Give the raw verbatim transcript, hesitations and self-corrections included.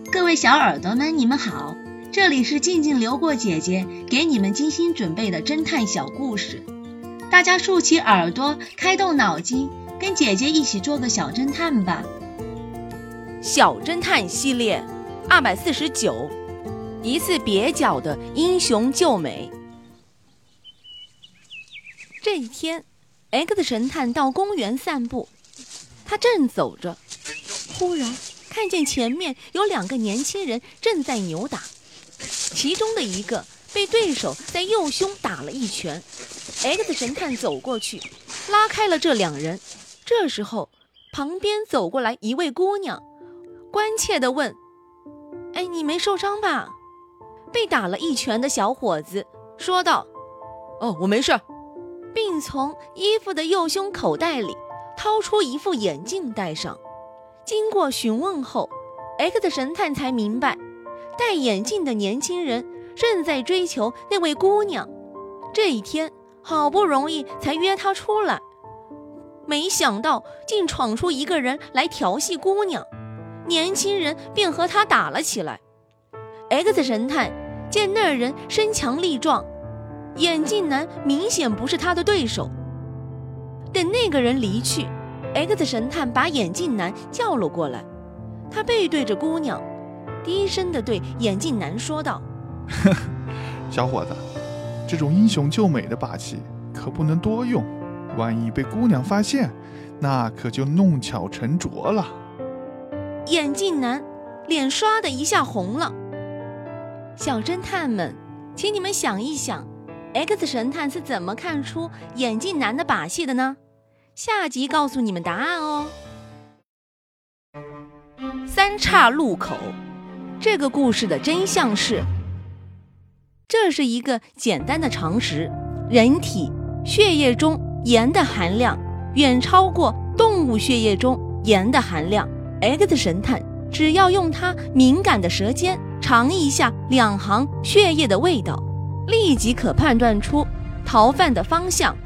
各位小耳朵们，你们好，这里是静静流过姐姐给你们精心准备的侦探小故事，大家竖起耳朵，开动脑筋，跟姐姐一起做个小侦探吧。 小侦探系列二百四十九，一次蹩脚的英雄救美。这一天 X 神探到公园散步，他正走着，忽然看见前面有两个年轻人正在扭打，其中的一个被对手在右胸打了一拳。 X 神探走过去拉开了这两人。这时候旁边走过来一位姑娘，关切地问：哎，你没受伤吧？被打了一拳的小伙子说道：哦，我没事，并从衣服的右胸口袋里掏出一副眼镜戴上。经过询问后， X 神探才明白，戴眼镜的年轻人正在追求那位姑娘，这一天好不容易才约她出来，没想到竟闯出一个人来调戏姑娘，年轻人便和他打了起来。 X 神探见那人身强力壮，眼镜男明显不是他的对手。等那个人离去， X 神探把眼镜男叫了过来，他背对着姑娘，低声地对眼镜男说道： 小伙子，这种英雄救美的把戏可不能多用，万一被姑娘发现，那可就弄巧成拙了。 眼镜男脸刷的一下红了。小侦探们，请你们想一想， X 神探是怎么看出眼镜男的把戏的呢？下集告诉你们答案哦。三岔路口，这个故事的真相是，这是一个简单的常识，人体血液中盐的含量远超过动物血液中盐的含量。 X 神探只要用他敏感的舌尖尝一下两行血液的味道，立即可判断出逃犯的方向